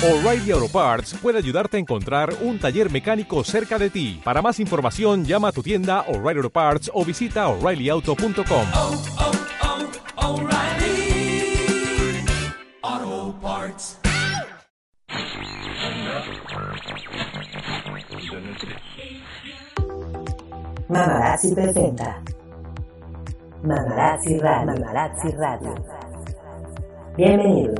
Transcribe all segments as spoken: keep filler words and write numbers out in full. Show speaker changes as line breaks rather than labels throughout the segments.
O'Reilly Auto Parts puede ayudarte a encontrar un taller mecánico cerca de ti. Para más información, llama a tu tienda O'Reilly Auto Parts o visita O'Reilly Auto punto com.
Oh, oh, oh, O'Reilly Auto Parts.
Mamarazzi presenta Mamarazzi Radio. Mamarazzi Radio. Bienvenidos.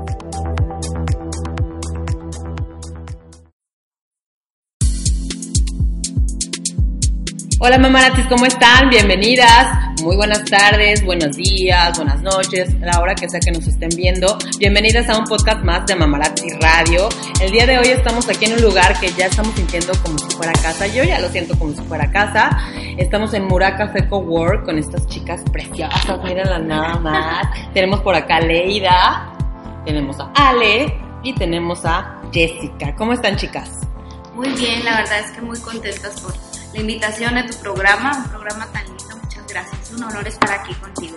Hola mamarazzis, ¿cómo están? Bienvenidas, muy buenas tardes, buenos días, buenas noches, a la hora que sea que nos estén viendo. Bienvenidas a un podcast más de Mamarazzi Radio. El día de hoy estamos aquí en un lugar que ya estamos sintiendo como si fuera casa. Yo ya lo siento como si fuera casa. Estamos en Murá Café Cowork con estas chicas preciosas, mírenlas nada más. Tenemos por acá a Leida, tenemos a Ale y tenemos a Jessica. ¿Cómo están, chicas?
Muy bien, la verdad es que muy contentas por la invitación a tu programa, un programa tan lindo, muchas gracias, un honor estar aquí contigo.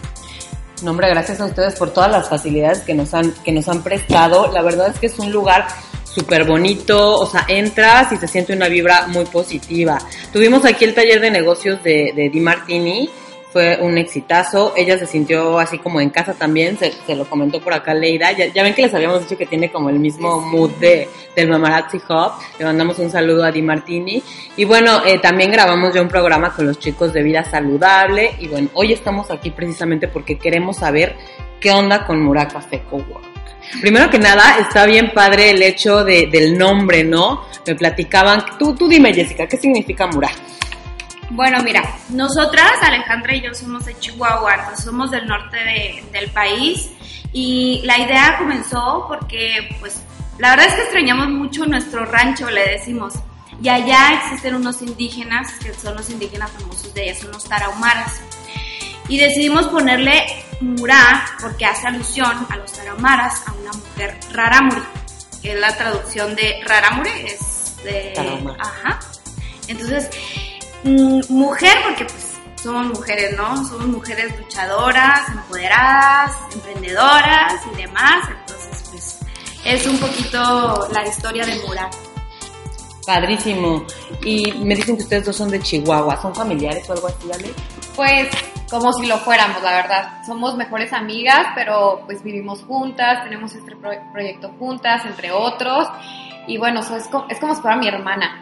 No, hombre, gracias a ustedes por todas las facilidades que nos han, que nos han prestado. La verdad es que es un lugar súper bonito, o sea, entras y se siente una vibra muy positiva. Tuvimos aquí el taller de negocios de, de Di Martini, fue un exitazo. Ella se sintió así como en casa también, se, se lo comentó por acá Leida. Ya, ya ven que les habíamos dicho que tiene como el mismo mood de, del Mamarazzi Hub. Le mandamos un saludo a Di Martini. Y bueno, eh, también grabamos ya un programa con los chicos de Vida Saludable. Y bueno, hoy estamos aquí precisamente porque queremos saber qué onda con Murá Café Cowork. Primero que nada, está bien padre el hecho de, del nombre, ¿no? Me platicaban, tú, tú dime Jessica, ¿qué significa Murá?
Bueno, mira, nosotras, Alejandra y yo somos de Chihuahua, entonces somos del norte de, del país y la idea comenzó porque, pues, la verdad es que extrañamos mucho nuestro rancho, le decimos, y allá existen unos indígenas, que son los indígenas famosos de allá, son los tarahumaras, y decidimos ponerle Murá porque hace alusión a los tarahumaras, a una mujer rarámuri, que es la traducción de rarámuri, es de...
Tarahumara.
Ajá, entonces... mujer porque pues somos mujeres, ¿no? Somos mujeres luchadoras, empoderadas, emprendedoras y demás, entonces pues es un poquito la historia de Murá.
Padrísimo. Y me dicen que ustedes dos son de Chihuahua, ¿son familiares o algo así, Ale?
Pues como si lo fuéramos, la verdad. Somos mejores amigas, pero pues vivimos juntas, tenemos este pro- proyecto juntas, entre otros, y bueno, eso es como, es como si fuera mi hermana.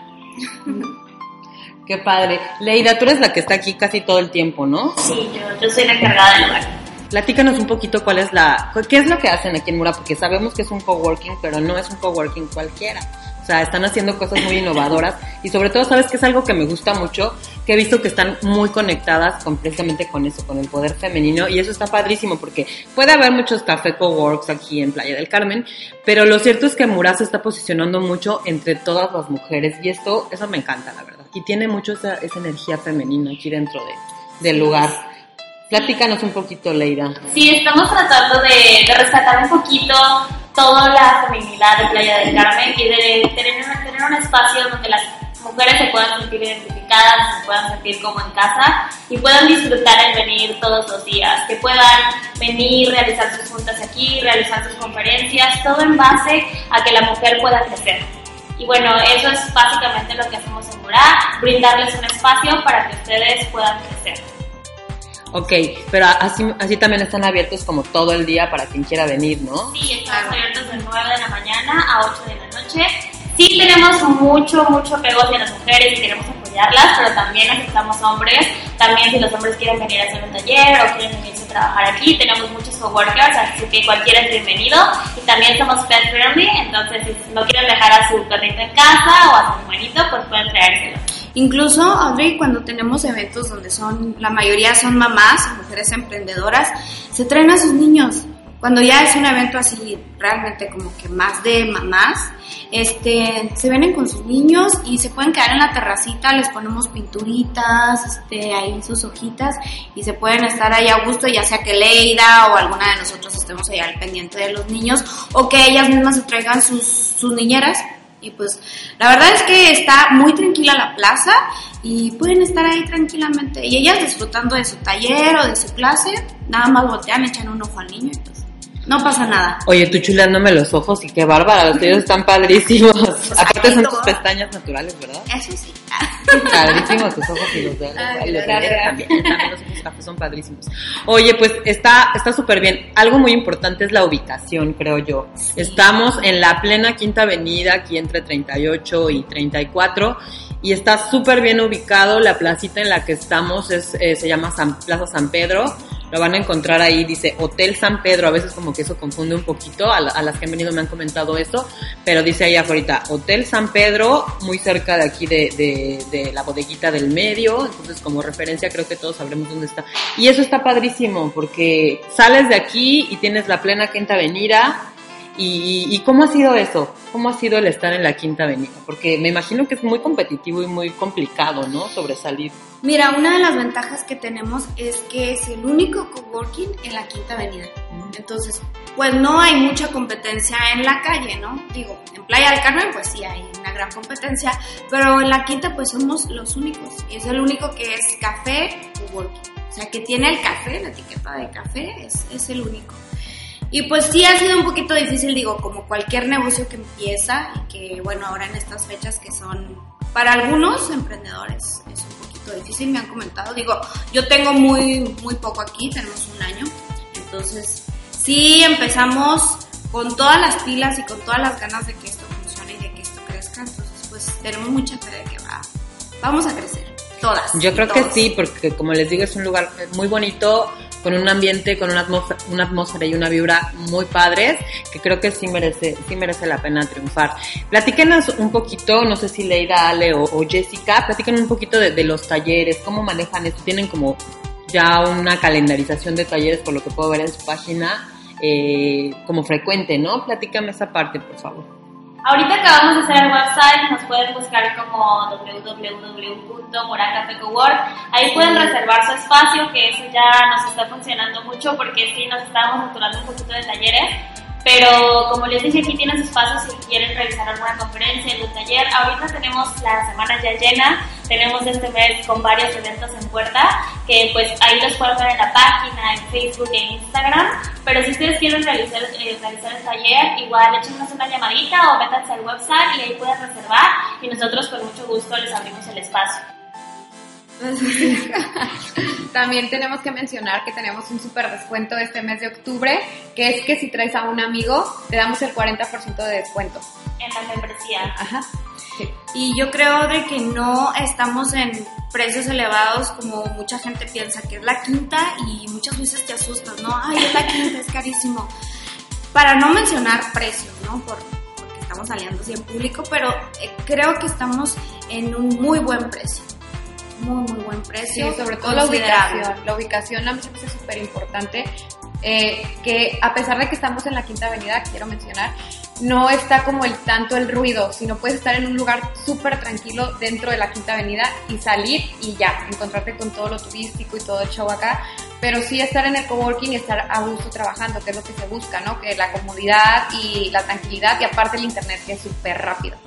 Qué padre. Leida, tú eres la que está aquí casi todo el tiempo, ¿no?
Sí, yo, yo soy la encargada del lugar.
Platícanos un poquito cuál es la... ¿Qué es lo que hacen aquí en Murá? Porque sabemos que es un coworking, pero no es un coworking cualquiera. O sea, están haciendo cosas muy innovadoras y sobre todo, ¿sabes qué es algo que me gusta mucho? Que he visto que están muy conectadas con, precisamente con eso, con el poder femenino, y eso está padrísimo porque puede haber muchos café coworks aquí en Playa del Carmen, pero lo cierto es que Murá se está posicionando mucho entre todas las mujeres y esto, eso me encanta, la verdad. Y tiene mucho esa, esa energía femenina aquí dentro de, del lugar. Platícanos un poquito, Leida.
Sí, estamos tratando de, de rescatar un poquito toda la feminidad de Playa del Carmen y de tener, tener un espacio donde las mujeres se puedan sentir identificadas, se puedan sentir como en casa y puedan disfrutar el venir todos los días, que puedan venir, realizar sus juntas aquí, realizar sus conferencias, todo en base a que la mujer pueda crecer. Y bueno, eso es básicamente lo que hacemos en Murá, brindarles un espacio para que ustedes puedan crecer.
Ok, pero así, así también están abiertos como todo el día para quien quiera venir, ¿no?
Sí, estamos abiertos de nueve de la mañana a ocho de la noche. Sí tenemos mucho, mucho apego hacia las mujeres y queremos apoyarlas, pero también aceptamos hombres. También si los hombres quieren venir a hacer un taller o quieren venirse a trabajar aquí, tenemos muchos coworkers, así que cualquiera es bienvenido. Y también somos pet friendly, entonces si no quieren dejar a su perrito en casa o a su hermanito, pues pueden traérselo.
Incluso, Audrey, cuando tenemos eventos donde son, la mayoría son mamás, mujeres emprendedoras, se traen a sus niños. Cuando ya es un evento así, realmente como que más de mamás, este, se vienen con sus niños y se pueden quedar en la terracita, les ponemos pinturitas, este, ahí sus hojitas y se pueden estar ahí a gusto, ya sea que Leida o alguna de nosotros estemos ahí al pendiente de los niños o que ellas mismas se traigan sus, sus niñeras. Y pues la verdad es que está muy tranquila la plaza y pueden estar ahí tranquilamente y ellas disfrutando de su taller o de su clase, nada más voltean, echan un ojo al niño y pues No pasa nada.
Oye, tú chuleándome los ojos y qué bárbara, los tuyos están padrísimos. Aparte son tus pestañas naturales, ¿verdad?
Eso sí.
Padrísimos tus ojos y los de
Ay,
los de
gracias.
ella también, también los ojos cafés son padrísimos. Oye, pues está está súper bien. Algo muy importante es la ubicación, creo yo. Estamos en la plena Quinta Avenida, aquí entre treinta y ocho y treinta y cuatro, y está súper bien ubicado. La placita en la que estamos es eh, se llama San, Plaza San Pedro. Lo van a encontrar ahí, dice Hotel San Pedro. A veces como que eso confunde un poquito, a, la, a las que han venido me han comentado eso, pero dice ahí afuera Hotel San Pedro, muy cerca de aquí de, de, de la bodeguita del medio. Entonces como referencia creo que todos sabremos dónde está, y eso está padrísimo porque sales de aquí y tienes la plena Quinta Avenida. ¿Y, y cómo ha sido eso? ¿Cómo ha sido el estar en la Quinta Avenida? Porque me imagino que es muy competitivo y muy complicado, ¿no? Sobresalir.
Mira, una de las ventajas que tenemos es que es el único coworking en la Quinta Avenida. Entonces, pues no hay mucha competencia en la calle, ¿no? Digo, en Playa del Carmen pues sí hay una gran competencia, pero en la Quinta pues somos los únicos. Y es el único que es café coworking. O sea, que tiene el café, la etiqueta de café, es, es el único. Y pues sí ha sido un poquito difícil, digo, como cualquier negocio que empieza y que, bueno, ahora en estas fechas que son, para algunos emprendedores, es un poquito difícil, me han comentado. Digo, yo tengo muy, muy poco aquí, tenemos un año, entonces sí empezamos con todas las pilas y con todas las ganas de que esto funcione y de que esto crezca, entonces pues tenemos mucha fe de que va, vamos a crecer, todas.
Yo creo
todos.
que sí, porque como les digo, es un lugar muy bonito, con un ambiente, con una atmósfera, una atmósfera y una vibra muy padres, que creo que sí merece, sí merece la pena triunfar. Platíquenos un poquito, no sé si Leida, Ale o, o Jessica, platíquenos un poquito de, de los talleres, cómo manejan esto. Tienen como ya una calendarización de talleres, por lo que puedo ver en su página, eh, como frecuente, ¿no? Platícame esa parte, por favor.
Ahorita acabamos de hacer el website, nos pueden buscar como w w w punto moral café cowork. Ahí pueden reservar su espacio, que eso ya nos está funcionando mucho porque sí nos estábamos saturando un poquito de talleres. Pero como les dije, aquí tienen su espacio si quieren realizar alguna conferencia, algún taller. Ahorita tenemos la semana ya llena, tenemos este mes con varios eventos en puerta, que pues ahí los pueden ver en la página, en Facebook, en Instagram. Pero si ustedes quieren realizar, eh, realizar el taller, igual échenos una llamadita o métanse al website y ahí pueden reservar y nosotros con mucho gusto les abrimos el espacio.
También tenemos que mencionar que tenemos un súper descuento este mes de octubre, que es que si traes a un amigo, te damos el cuarenta por ciento de descuento.
En la membresía.
Ajá. Sí.
Y yo creo de que no estamos en precios elevados como mucha gente piensa, que es la Quinta y muchas veces te asustas, ¿no? Ay, es la Quinta, es carísimo. Para no mencionar precios, ¿no? Por, porque estamos saliendo así en público, pero eh, creo que estamos en un muy buen precio. Muy, muy buen precio.
Sí, sobre todo la ubicación. La ubicación a mí se me hace súper importante. Eh, que a pesar de que estamos en la Quinta Avenida, quiero mencionar, no está como el tanto el ruido, sino puedes estar en un lugar súper tranquilo dentro de la Quinta Avenida y salir y ya, encontrarte con todo lo turístico y todo el show acá, pero sí estar en el coworking y estar a gusto trabajando, que es lo que se busca, ¿no? Que la comodidad y la tranquilidad y aparte el internet que es súper rápido.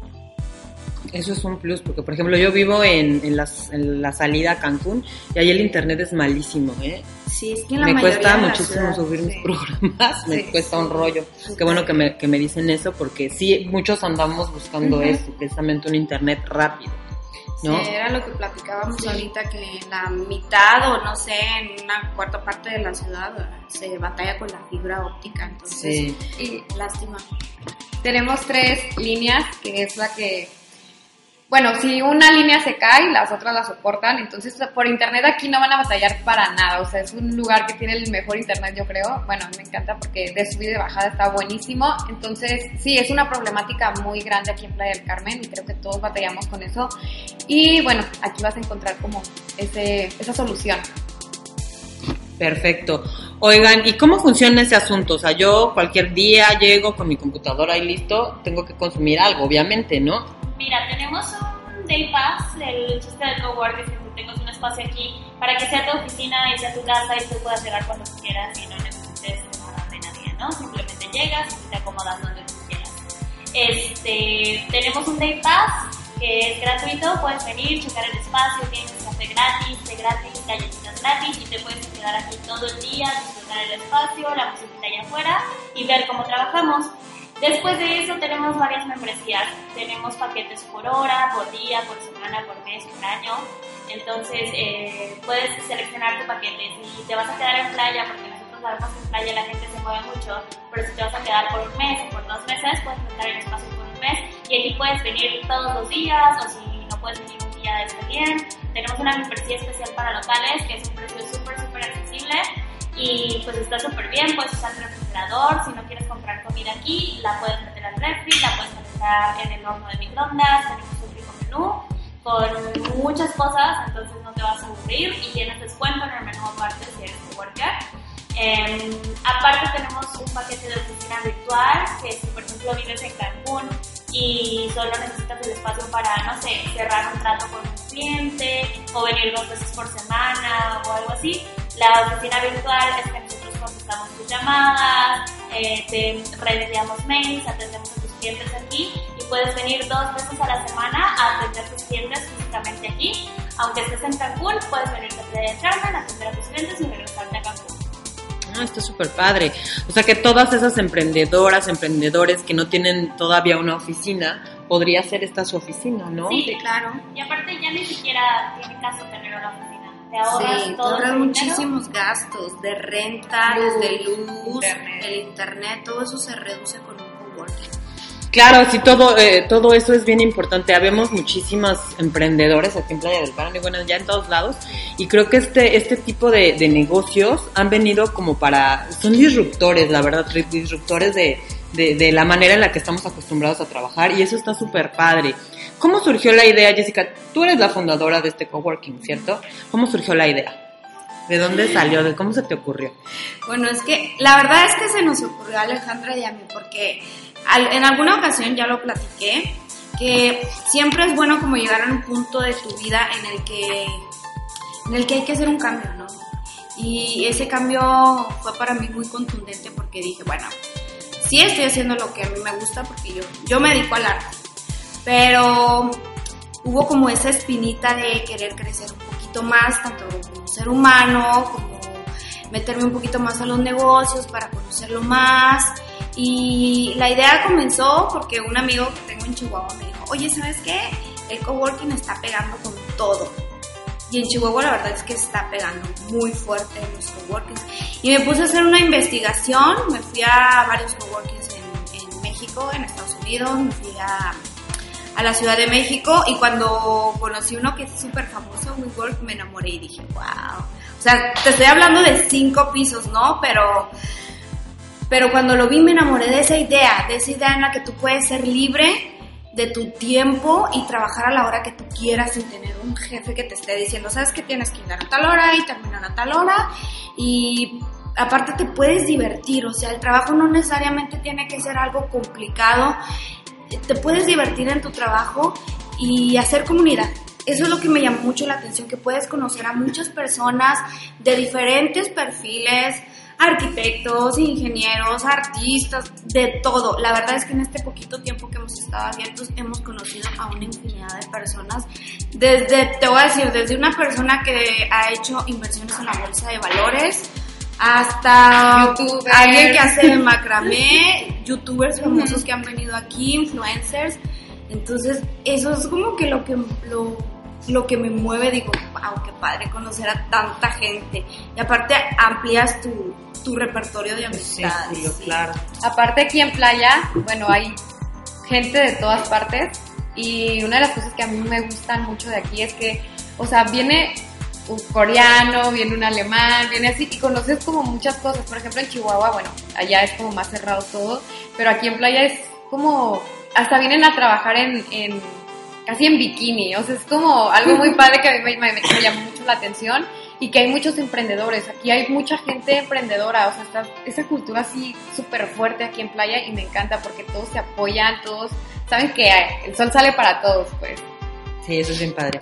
Eso es un plus, porque por ejemplo yo vivo en, en, las, en la salida a Cancún y ahí el internet es malísimo, ¿eh?
Sí, es que en la
me
mayoría
cuesta
de la
muchísimo
ciudad,
subir
sí.
mis programas, me
Sí,
cuesta
sí.
un rollo. Qué bueno que me, que me dicen eso, porque sí, muchos andamos buscando
Ujú.
eso, precisamente un internet rápido, ¿no?
Sí, era lo que platicábamos ahorita, que en la mitad o no sé, en una cuarta parte de la ciudad se batalla con la fibra óptica, entonces,
Sí.
Y
lástima.
tenemos tres líneas, que es la que... Bueno, si una línea se cae, las otras la soportan, entonces por internet aquí no van a batallar para nada, o sea, es un lugar que tiene el mejor internet, yo creo. Bueno, a mí me encanta porque de subida y de bajada está buenísimo, entonces sí, es una problemática muy grande aquí en Playa del Carmen y creo que todos batallamos con eso. Y bueno, aquí vas a encontrar como ese, esa solución.
Perfecto. Oigan, ¿y cómo funciona ese asunto? O sea, yo cualquier día llego con mi computadora y listo, tengo que consumir algo, obviamente, ¿no?
Mira, tenemos un Day Pass, el chiste del cowork es que tú tengas un espacio aquí para que sea tu oficina y sea tu casa y tú puedas llegar cuando tú quieras y no necesites nada de nadie, ¿no? Simplemente llegas y te acomodas donde tú quieras. Este, tenemos un Day Pass que es gratuito, puedes venir, checar el espacio, tienes café gratis, té gratis, galletitas gratis y te puedes quedar aquí todo el día disfrutando disfrutar el espacio, la musiquita allá afuera y ver cómo trabajamos. Después de eso tenemos varias membresías, tenemos paquetes por hora, por día, por semana, por mes, por año. Entonces eh, puedes seleccionar tu paquete. Si te vas a quedar en playa, porque nosotros sabemos que en playa la gente se mueve mucho, pero si te vas a quedar por un mes o por dos meses, puedes rentar el espacio por un mes y aquí puedes venir todos los días, o si no puedes venir un día está bien. Tenemos una membresía especial para locales que es un precio súper, súper accesible y pues está súper bien. Puedes usar el refrigerador, si no quieres comprar comida aquí, la puedes meter al refri, la puedes meter en el horno de microondas. Tenemos un rico menú con muchas cosas, entonces no te vas a aburrir y tienes descuento en el menú aparte si eres coworker. Eh, aparte tenemos un paquete de oficina virtual, que si por ejemplo vives en Cancún y solo necesitas el espacio para, no sé, cerrar un trato con un cliente o venir dos veces por semana o algo así, la oficina virtual es que nosotros contestamos tus llamadas, eh, te reenviamos mails, atendemos a tus clientes aquí y puedes venir dos veces a la semana a atender a tus clientes físicamente aquí. Aunque estés en Cancún, puedes venirte a Playa del Carmen, atender a tus clientes y regresarte a Cancún.
Ah, está súper padre. O sea que todas esas emprendedoras, emprendedores que no tienen todavía una oficina, podría ser esta su oficina, ¿no?
Sí,
claro.
Y aparte ya ni siquiera tiene caso tener una oficina. Te ahorras
Sí, te
todo
ahorras
el
muchísimos gastos de renta,
Luz,
desde luz,
internet.
el internet, todo eso se reduce con un coworking.
Claro, sí, todo, eh, todo eso es bien importante. Habemos muchísimas emprendedores aquí en Playa del Carmen, y bueno, ya en todos lados. Y creo que este, este tipo de, de negocios han venido como para, son disruptores, la verdad, disruptores de, de, de la manera en la que estamos acostumbrados a trabajar. Y eso está súper padre. ¿Cómo surgió la idea, Jessica? Tú eres la fundadora de este coworking, ¿cierto? ¿Cómo surgió la idea? ¿De dónde salió? ¿De cómo se te ocurrió?
Bueno, es que la verdad es que se nos ocurrió a Alejandra y a mí porque al, en alguna ocasión ya lo platiqué, que siempre es bueno como llegar a un punto de tu vida en el que, en el que hay que hacer un cambio, ¿no? Y ese cambio fue para mí muy contundente porque dije, bueno, sí estoy haciendo lo que a mí me gusta porque yo, yo me dedico al arte, pero hubo como esa espinita de querer crecer un poquito más, tanto como ser humano, como meterme un poquito más a los negocios para conocerlo más. Y la idea comenzó porque un amigo que tengo en Chihuahua me dijo, oye, ¿sabes qué? El coworking está pegando con todo. Y en Chihuahua la verdad es que está pegando muy fuerte en los coworkings. Y me puse a hacer una investigación, me fui a varios coworkings en, en México, en Estados Unidos, me fui a, a la Ciudad de México y cuando conocí uno que es súper famoso, WeWork, me enamoré y dije, wow. O sea, te estoy hablando de cinco pisos, ¿no? Pero... Pero cuando lo vi me enamoré de esa idea, de esa idea en la que tú puedes ser libre de tu tiempo y trabajar a la hora que tú quieras sin tener un jefe que te esté diciendo, sabes que tienes que ir a tal hora y terminar a tal hora. Y aparte te puedes divertir, o sea, el trabajo no necesariamente tiene que ser algo complicado. Te puedes divertir en tu trabajo y hacer comunidad. Eso es lo que me llamó mucho la atención, que puedes conocer a muchas personas de diferentes perfiles, arquitectos, ingenieros, artistas, de todo. La verdad es que en este poquito tiempo que hemos estado abiertos hemos conocido a una infinidad de personas. Desde, te voy a decir, desde una persona que ha hecho inversiones en la bolsa de valores hasta
YouTubers.
alguien que hace macramé, youtubers famosos que han venido aquí, influencers. Entonces, eso es como que lo que lo, lo que me mueve, digo, wow, qué padre conocer a tanta gente. Y aparte amplías tu, tu repertorio de amistades.
Sí, sí, claro.
Aparte aquí en Playa, bueno, hay gente de todas partes y una de las cosas que a mí me gustan mucho de aquí es que, o sea, viene un coreano, viene un alemán, viene así y conoces como muchas cosas. Por ejemplo, en Chihuahua, bueno, allá es como más cerrado todo, pero aquí en Playa es como, hasta vienen a trabajar en, en casi en bikini, o sea, es como algo muy padre que a mí me, me, me llamó mucho la atención. Y que hay muchos emprendedores, aquí hay mucha gente emprendedora, o sea, está esa cultura así súper fuerte aquí en Playa y me encanta porque todos se apoyan, todos saben que el sol sale para todos, pues.
Sí, eso es bien padre.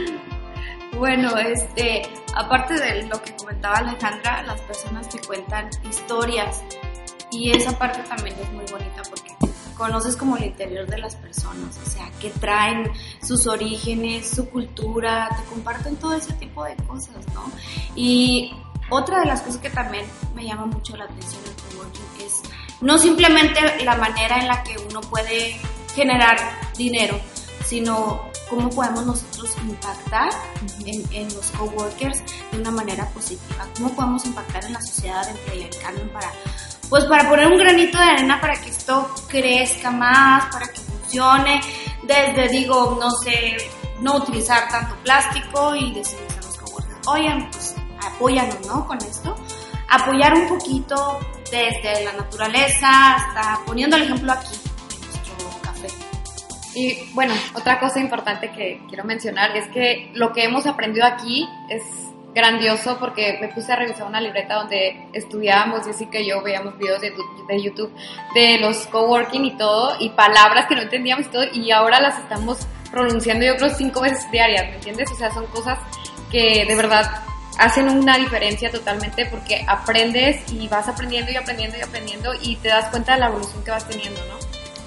Bueno, este, aparte de lo que comentaba Alejandra, las personas te cuentan historias y esa parte también es muy bonita porque conoces como el interior de las personas, o sea, que traen sus orígenes, su cultura, te comparten todo ese tipo de cosas, ¿no? Y otra de las cosas que también me llama mucho la atención del coworking es no simplemente la manera en la que uno puede generar dinero, sino cómo podemos nosotros impactar en, en los coworkers de una manera positiva, cómo podemos impactar en la sociedad en Playa del Carmen para, pues para poner un granito de arena para que esto crezca más, para que funcione, desde, digo, no sé, no utilizar tanto plástico y decirles a los coworkers, oigan, pues apóyanos, ¿no? Con esto, apoyar un poquito desde la naturaleza hasta poniendo el ejemplo aquí en nuestro café.
Y bueno, otra cosa importante que quiero mencionar es que lo que hemos aprendido aquí es grandioso, porque me puse a revisar una libreta donde estudiábamos, Jessica y yo veíamos videos de, de YouTube de los coworking y todo, y palabras que no entendíamos y todo, y ahora las estamos pronunciando yo creo cinco veces diarias, ¿me entiendes? O sea, son cosas que de verdad hacen una diferencia totalmente, porque aprendes y vas aprendiendo y aprendiendo y aprendiendo y te das cuenta de la evolución que vas teniendo, ¿no?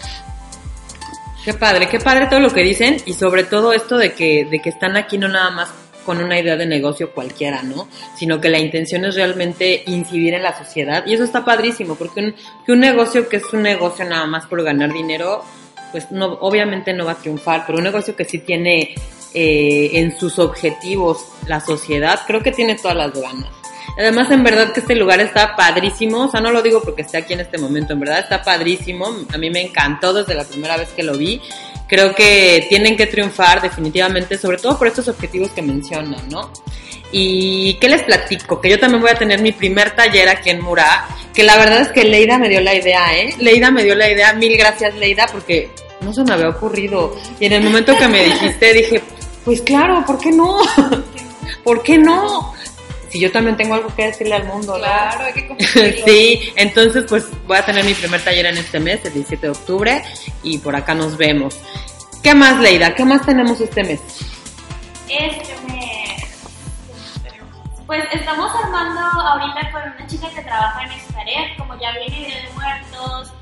Qué padre, qué padre todo lo que dicen, y sobre todo esto de que, de que están aquí no nada más con una idea de negocio cualquiera, ¿no? Sino que la intención es realmente incidir en la sociedad, y eso está padrísimo, porque un, que un negocio que es un negocio nada más por ganar dinero, pues no, obviamente no va a triunfar, pero un negocio que sí tiene eh, en sus objetivos la sociedad, creo que tiene todas las ganas. Además, en verdad que este lugar está padrísimo, o sea, no lo digo porque esté aquí en este momento, en verdad está padrísimo, a mí me encantó desde la primera vez que lo vi. Creo que tienen que triunfar definitivamente, sobre todo por estos objetivos que mencionan, ¿no? Y ¿qué les platico? Que yo también voy a tener mi primer taller aquí en Murá, que la verdad es que Leida me dio la idea, ¿eh? Leida me dio la idea, mil gracias Leida, porque no se me había ocurrido. Y en el momento que me dijiste dije, pues claro, ¿por qué no? ¿Por qué no? Si yo también tengo algo que decirle al mundo, ¿no?
Claro, hay que compartirlo.
Sí, entonces pues voy a tener mi primer taller en este mes, el diecisiete de octubre, y por acá nos vemos. ¿Qué más, Leida? ¿Qué más tenemos este mes?
Este mes, pues estamos armando ahorita con una chica que trabaja en Xcaret, como ya viene Día de Muertos,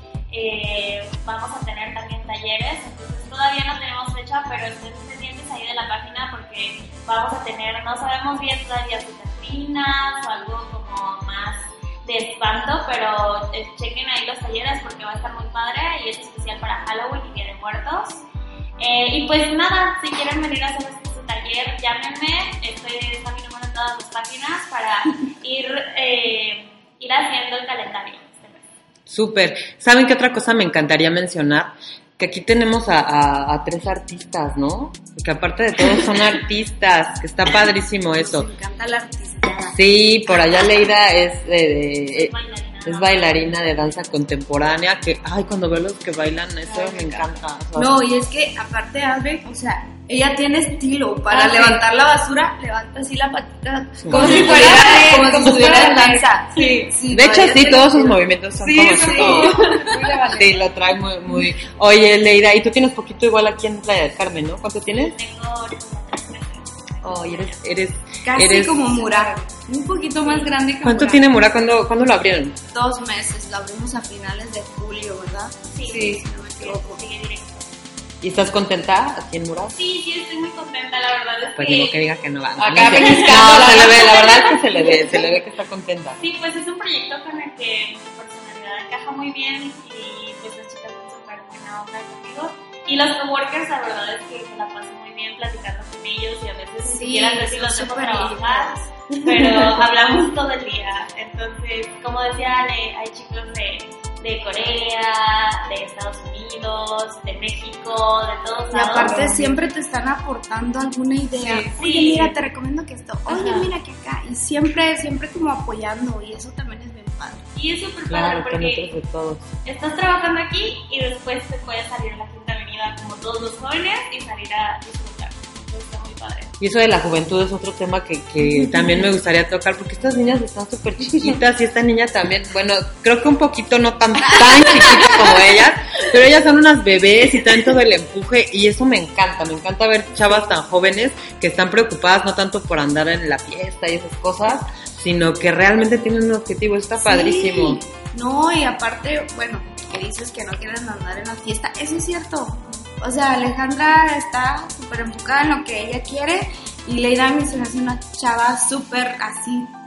eh, vamos a tener también talleres, entonces todavía no tenemos fecha, pero estén pendientes ahí de la página porque vamos a tener, no sabemos bien todavía si catrinas o algo como más de espanto, pero eh, chequen ahí los talleres porque va a estar muy padre y es especial para Halloween y Día de Muertos. Eh, y pues nada, si quieren venir a hacer su taller, llámenme, estoy, está mi número en todas las páginas para ir, eh, ir haciendo el calendario este mes.
Súper. ¿Saben qué otra cosa me encantaría mencionar? Que aquí tenemos a, a, a tres artistas, ¿no? Y que aparte de todo son artistas, que está padrísimo eso.
Me encanta la artista.
Sí, por allá Leida es de... de
Es bailarina.
Es bailarina de danza contemporánea, que, ay, cuando veo los que bailan, eso
Ay,
me encanta. O sea,
No, y es que aparte de Adri, o sea, ella tiene estilo para
Ah, sí.
levantar la basura, levanta así la patita,
Sí.
como si
Sí,
fuera,
sí,
como si
como
estuviera
si
en
fuera
danza.
sí.
Sí,
de
no,
hecho,
ella
sí,
se
todos
lo-
sus movimientos son
Sí,
como
sí.
así como...
Muy de ballet.
Sí, lo trae muy, muy... Oye, Leida, y tú tienes poquito igual aquí en Playa del Carmen, ¿no? ¿Cuánto tienes?
Tengo ahorita tres meses.
Oh, y eres... eres
Casi
eres...
como Murá, un poquito más grande que
¿Cuánto
Murá.
tiene Murá? ¿Cuándo, ¿Cuándo lo abrieron?
Dos meses, lo abrimos a finales de julio, ¿verdad?
Sí,
Sí,
sí,
si no me equivoco.
sigue directo.
¿Y estás contenta aquí en Murá?
Sí, sí, estoy muy contenta, la verdad es
Pues
que...
digo que diga que no va.
Acá
no, no,
pellizcándola.
no, se le ve, la verdad es que se le ve, se le ve que está contenta.
Sí, pues es un proyecto con el que mi personalidad encaja muy bien y pues las chicas son súper buena onda conmigo. Y los coworkers, la verdad es que me la paso muy bien platicando con ellos y a veces ni
Sí,
siquiera sé si
son
los dejo
súper
trabajar, pero hablamos todo el día. Entonces, como decía Ale, hay chicos de, de Corea, de Estados Unidos, de México, de todos
Y
lados.
aparte siempre te están aportando alguna idea.
Sí,
Oye,
sí.
mira, te recomiendo que esto. Oye,
Ajá.
mira que acá. Y siempre, siempre como apoyando. Y eso también es bien padre.
Y es súper
Claro,
padre
con
porque
otros de todos.
estás trabajando aquí y después te puedes salir a la Quinta Avenida como todos los jóvenes y salir a disfrutar. Entonces está muy padre.
Y eso de la juventud es otro tema que, que también me gustaría tocar, porque estas niñas están súper chiquitas y esta niña también, bueno, creo que un poquito no tan, tan chiquita como ellas, pero ellas son unas bebés y traen todo el empuje y eso me encanta, me encanta ver chavas tan jóvenes que están preocupadas no tanto por andar en la fiesta y esas cosas, sino que realmente tienen un objetivo, está padrísimo.
Sí. No, y aparte, bueno, que dices que no quieren andar en la fiesta. Eso es cierto. O sea, Alejandra está súper enfocada en lo que ella quiere y Leida a mí se me hace una chava súper así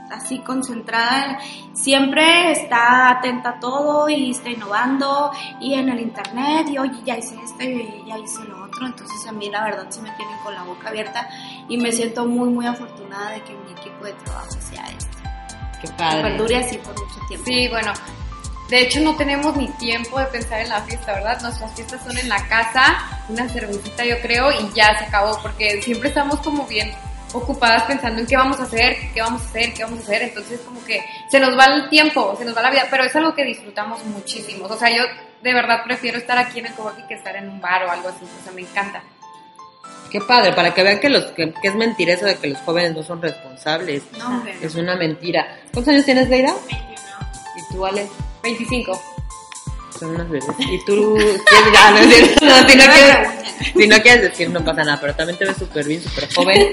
así concentrada, siempre está atenta a todo y está innovando y en el internet y oye ya hice esto y ya hice lo otro, entonces a mí la verdad sí me tienen con la boca abierta y me siento muy muy afortunada de que mi equipo de trabajo sea este.
Qué
Que
padre.
perdure así por mucho tiempo.
Sí, bueno, de hecho no tenemos ni tiempo de pensar en la fiesta, ¿verdad? Nuestras fiestas son en la casa, una cervecita yo creo y ya se acabó, porque siempre estamos como bien ocupadas pensando en qué vamos a hacer, qué vamos a hacer, qué vamos a hacer, entonces como que se nos va el tiempo, se nos va la vida, pero es algo que disfrutamos muchísimo, o sea, yo de verdad prefiero estar aquí en el coworking que estar en un bar o algo así, o sea, me encanta.
Qué padre, para que vean que, los, que, que es mentira eso de que los jóvenes no son responsables.
No, hombre.
Es una mentira. ¿Cuántos años tienes, Leira?
veintiuno.
¿Y tú, Ale?
veinticinco.
Son unas bebés. ¿Y tú quieres? Ah, no, es cierto. No, si, no quieres, si no quieres decir, no pasa nada, pero también te ves súper bien, súper joven.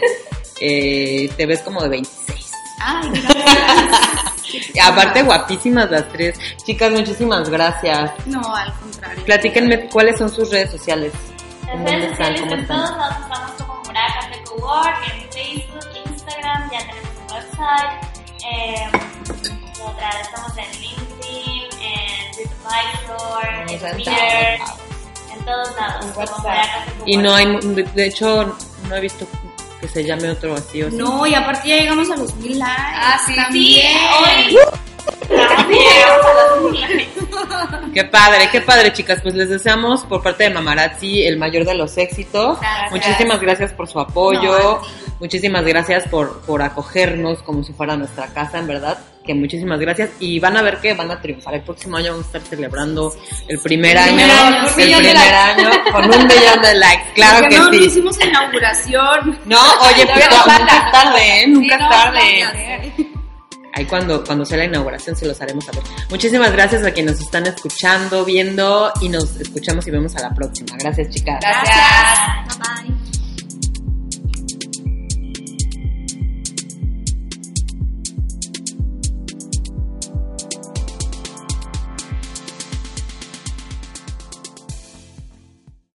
Eh, te ves como de veintiséis.
Ay, gracias.
Y aparte, guapísimas las tres. Chicas, muchísimas gracias.
No, al contrario.
Platíquenme cuáles son sus redes sociales.
Las
¿En dónde
redes
están?
sociales
¿Cómo
en
están?
todos lados estamos como Morada Café Cowork, en Facebook, Instagram, ya tenemos un website, eh, otra, estamos en LinkedIn, en TripAdvisor, en
Vamos a
Twitter,
entrar.
en todos lados,
En
como
WhatsApp.
Morada Café Cowork.
Y no hay, de, de hecho, no he visto que se llame otro así o así.
No, y aparte ya llegamos a los mil likes.
Ah, sí,
también.
Sí, hoy. Ah, sí, llegamos a los mil.
Qué padre, qué padre, chicas. Pues les deseamos por parte de Mamarazzi el mayor de los éxitos.
Gracias.
Muchísimas gracias por su apoyo.
No, a ti.
Muchísimas gracias por, por acogernos como si fuera nuestra casa, en verdad. Que muchísimas gracias. Y van a ver que van a triunfar. El próximo año vamos a estar celebrando el primer año.
primer año, un
el
millón de
primer
likes.
año con un millón de likes. Claro
Porque
que
no, no
sí.
hicimos inauguración.
No, oye, pues
Todavía nos
nunca
falta.
es tarde, ¿eh? Nunca
Sí,
es
no,
tarde.
no, ya.
Ahí cuando, cuando sea la inauguración se los haremos saber. Muchísimas gracias a quienes nos están escuchando, viendo y nos escuchamos y vemos a la próxima. Gracias, chicas.
Gracias.
Gracias. Bye bye.